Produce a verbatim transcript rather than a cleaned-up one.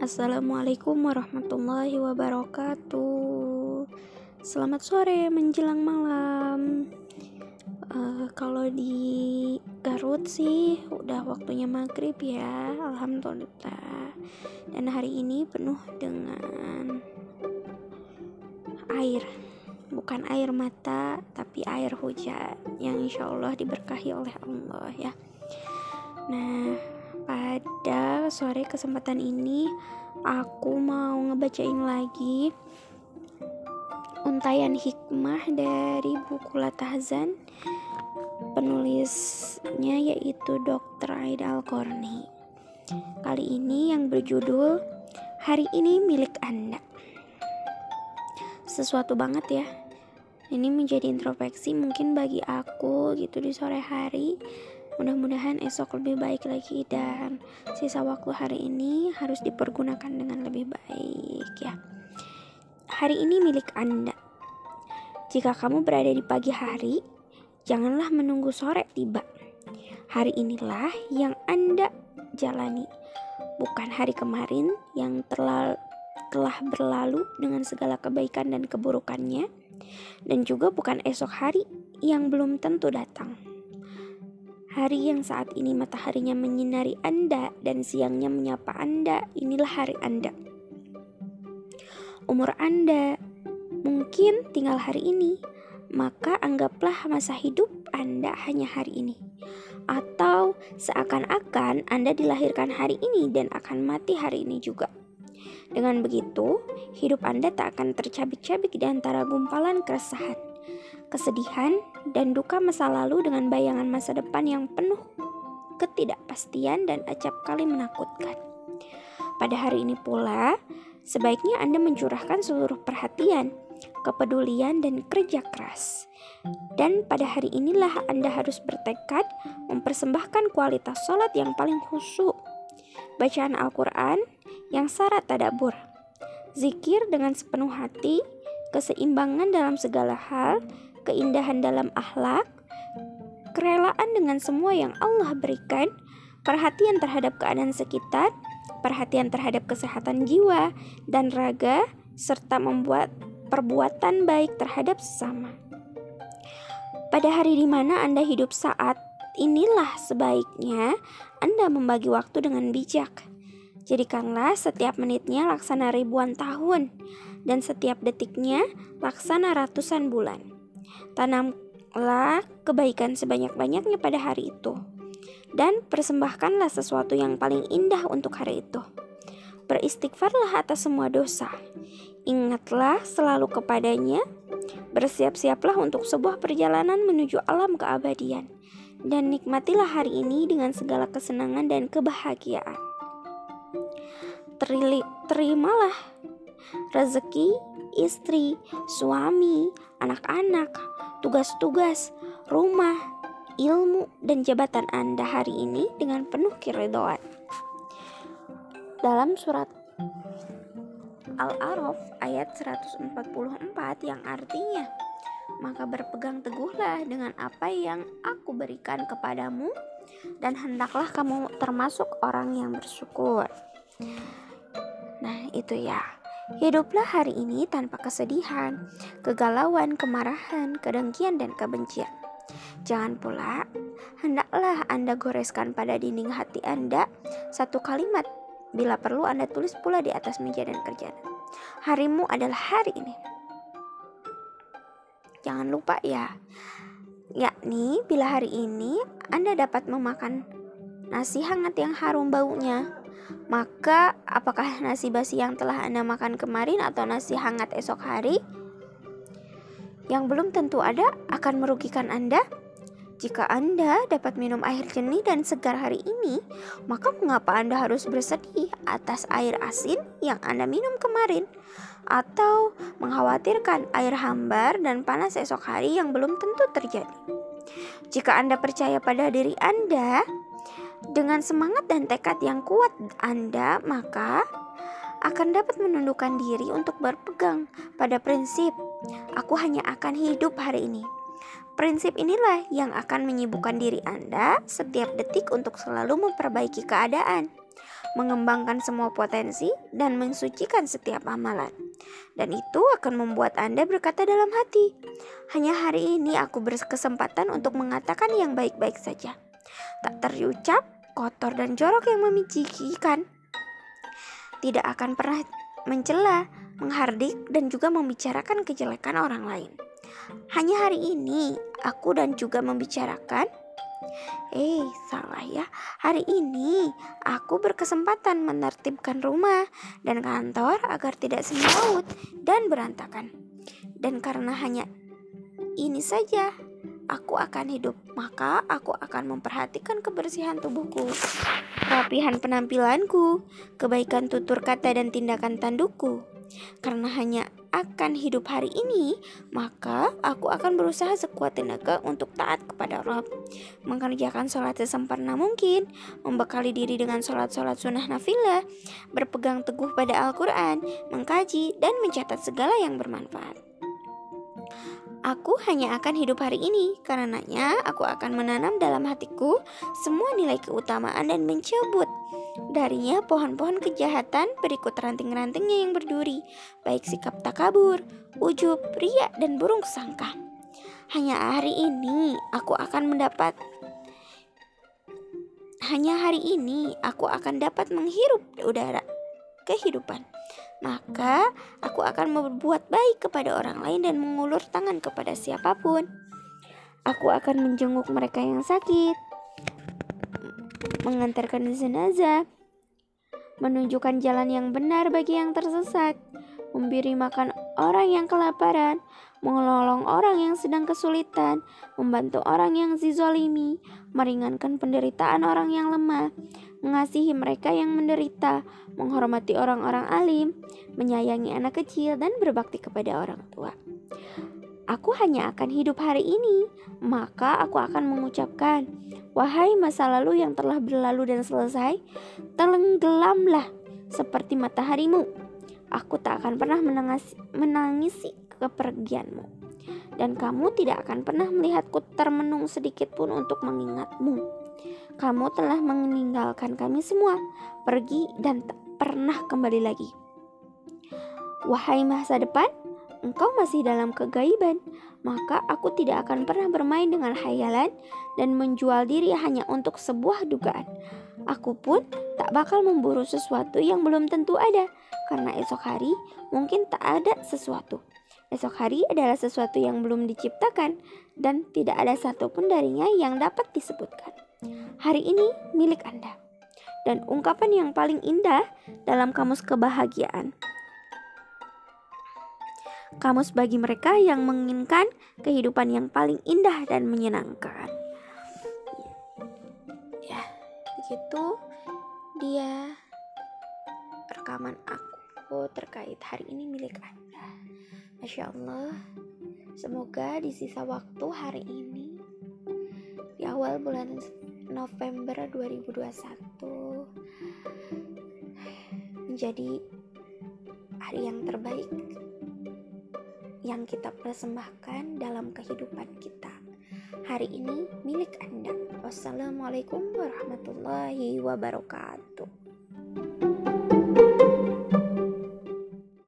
Assalamualaikum warahmatullahi wabarakatuh. Selamat sore menjelang malam. uh, Kalau di Garut sih udah waktunya maghrib ya, alhamdulillah. Dan hari ini penuh dengan air, bukan air mata tapi air hujan yang insya Allah diberkahi oleh Allah ya. Nah, pada sore kesempatan ini aku mau ngebacain lagi untayan hikmah dari buku Latahzan. Penulisnya yaitu dokter Aida Al-Qarni. Kali ini yang berjudul Hari Ini Milik Anda. Sesuatu banget ya. Ini menjadi introspeksi mungkin bagi aku gitu di sore hari. Mudah-mudahan esok lebih baik lagi dan sisa waktu hari ini harus dipergunakan dengan lebih baik ya. Hari ini milik Anda. Jika kamu berada di pagi hari, janganlah menunggu sore tiba. Hari inilah yang Anda jalani, bukan hari kemarin yang terlalu, telah berlalu dengan segala kebaikan dan keburukannya, dan juga bukan esok hari yang belum tentu datang. Hari yang saat ini mataharinya menyinari Anda dan siangnya menyapa Anda, inilah hari Anda. Umur Anda mungkin tinggal hari ini, maka anggaplah masa hidup Anda hanya hari ini. Atau seakan-akan Anda dilahirkan hari ini dan akan mati hari ini juga. Dengan begitu, hidup Anda tak akan tercabik-cabik di antara gumpalan keresahan, kesedihan, dan duka masa lalu dengan bayangan masa depan yang penuh ketidakpastian dan acap kali menakutkan. Pada hari ini pula, sebaiknya Anda mencurahkan seluruh perhatian, kepedulian, dan kerja keras. Dan pada hari inilah Anda harus bertekad mempersembahkan kualitas sholat yang paling khusyuk, bacaan Al-Quran yang syarat tadabbur, zikir dengan sepenuh hati, keseimbangan dalam segala hal, keindahan dalam akhlak, kerelaan dengan semua yang Allah berikan, perhatian terhadap keadaan sekitar, perhatian terhadap kesehatan jiwa dan raga, serta membuat perbuatan baik terhadap sesama. Pada hari di mana Anda hidup saat inilah sebaiknya Anda membagi waktu dengan bijak. Jadikanlah setiap menitnya laksana ribuan tahun dan setiap detiknya laksana ratusan bulan. Tanamlah kebaikan sebanyak-banyaknya pada hari itu dan persembahkanlah sesuatu yang paling indah untuk hari itu. Beristighfarlah atas semua dosa. Ingatlah selalu kepadanya. Bersiap-siaplah untuk sebuah perjalanan menuju alam keabadian. Dan nikmatilah hari ini dengan segala kesenangan dan kebahagiaan. Terili, terimalah rezeki, istri, suami, anak-anak, tugas-tugas, rumah, ilmu, dan jabatan Anda hari ini dengan penuh keridhaan. Dalam surat Al-A'raf ayat seratus empat puluh empat yang artinya, maka berpegang teguhlah dengan apa yang aku berikan kepadamu dan hendaklah kamu termasuk orang yang bersyukur. Nah itu ya, hiduplah hari ini tanpa kesedihan, kegalauan, kemarahan, kedengkian, dan kebencian. Jangan pula, hendaklah Anda goreskan pada dinding hati Anda satu kalimat. Bila perlu Anda tulis pula di atas meja dan kerjaan. Harimu adalah hari ini. Jangan lupa ya, yakni bila hari ini Anda dapat memakan nasi hangat yang harum baunya, maka apakah nasi basi yang telah Anda makan kemarin atau nasi hangat esok hari yang belum tentu ada akan merugikan Anda? Jika Anda dapat minum air jernih dan segar hari ini, maka mengapa Anda harus bersedih atas air asin yang Anda minum kemarin? Atau mengkhawatirkan air hambar dan panas esok hari yang belum tentu terjadi? Jika Anda percaya pada diri Anda, dengan semangat dan tekad yang kuat Anda, maka akan dapat menundukkan diri untuk berpegang pada prinsip, aku hanya akan hidup hari ini. Prinsip inilah yang akan menyibukkan diri Anda setiap detik untuk selalu memperbaiki keadaan. mengembangkan semua potensi, dan mensucikan setiap amalan. Dan itu akan membuat Anda berkata dalam hati, hanya hari ini aku berkesempatan untuk mengatakan yang baik-baik saja. Tak terucap, kotor dan jorok yang menjijikan. Tidak akan pernah mencela, menghardik, dan juga membicarakan kejelekan orang lain. Hanya hari ini aku dan juga membicarakan Eh, salah ya. Hari ini aku berkesempatan menertibkan rumah dan kantor agar tidak semrawut dan berantakan. Dan karena hanya ini saja aku akan hidup, maka aku akan memperhatikan kebersihan tubuhku, kerapihan penampilanku, kebaikan tutur kata dan tindakan tandukku. Karena hanya akan hidup hari ini, maka aku akan berusaha sekuat tenaga untuk taat kepada Rabb, mengerjakan sholat sesempurna mungkin, membekali diri dengan sholat-sholat sunnah nafilah, berpegang teguh pada Al-Quran, mengkaji, dan mencatat segala yang bermanfaat. Aku hanya akan hidup hari ini, karenanya aku akan menanam dalam hatiku semua nilai keutamaan dan mencabut darinya pohon-pohon kejahatan berikut ranting-rantingnya yang berduri, baik sikap takabur, ujub, riya, dan burung sangka. Hanya hari ini aku akan mendapat Hanya hari ini aku akan dapat menghirup udara kehidupan. Maka aku akan berbuat baik kepada orang lain dan mengulur tangan kepada siapapun. Aku akan menjenguk mereka yang sakit, mengantarkan jenazah, menunjukkan jalan yang benar bagi yang tersesat, memberi makan orang yang kelaparan, menolong orang yang sedang kesulitan, membantu orang yang zizolimi, meringankan penderitaan orang yang lemah, mengasihi mereka yang menderita, menghormati orang-orang alim, menyayangi anak kecil, dan berbakti kepada orang tua. Aku hanya akan hidup hari ini, maka aku akan mengucapkan, wahai masa lalu yang telah berlalu dan selesai, tenggelamlah seperti mataharimu. Aku tak akan pernah menangisi, menangisi kepergianmu, dan kamu tidak akan pernah melihatku termenung sedikit pun untuk mengingatmu. Kamu telah meninggalkan kami semua, pergi dan tak pernah kembali lagi. Wahai masa depan, engkau masih dalam kegaiban, maka aku tidak akan pernah bermain dengan khayalan dan menjual diri hanya untuk sebuah dugaan. Aku pun tak bakal memburu sesuatu yang belum tentu ada, karena esok hari mungkin tak ada sesuatu. Esok hari adalah sesuatu yang belum diciptakan dan tidak ada satupun darinya yang dapat disebutkan. Hari ini milik Anda. Dan ungkapan yang paling indah dalam kamus kebahagiaan. Kamus bagi mereka yang menginginkan kehidupan yang paling indah dan menyenangkan. Ya, begitu dia rekaman aku terkait hari ini milik Anda. Masya Allah, semoga di sisa waktu hari ini, di awal bulan November dua ribu dua puluh satu, menjadi hari yang terbaik yang kita persembahkan dalam kehidupan kita. Hari ini milik Anda. Wassalamualaikum warahmatullahi wabarakatuh.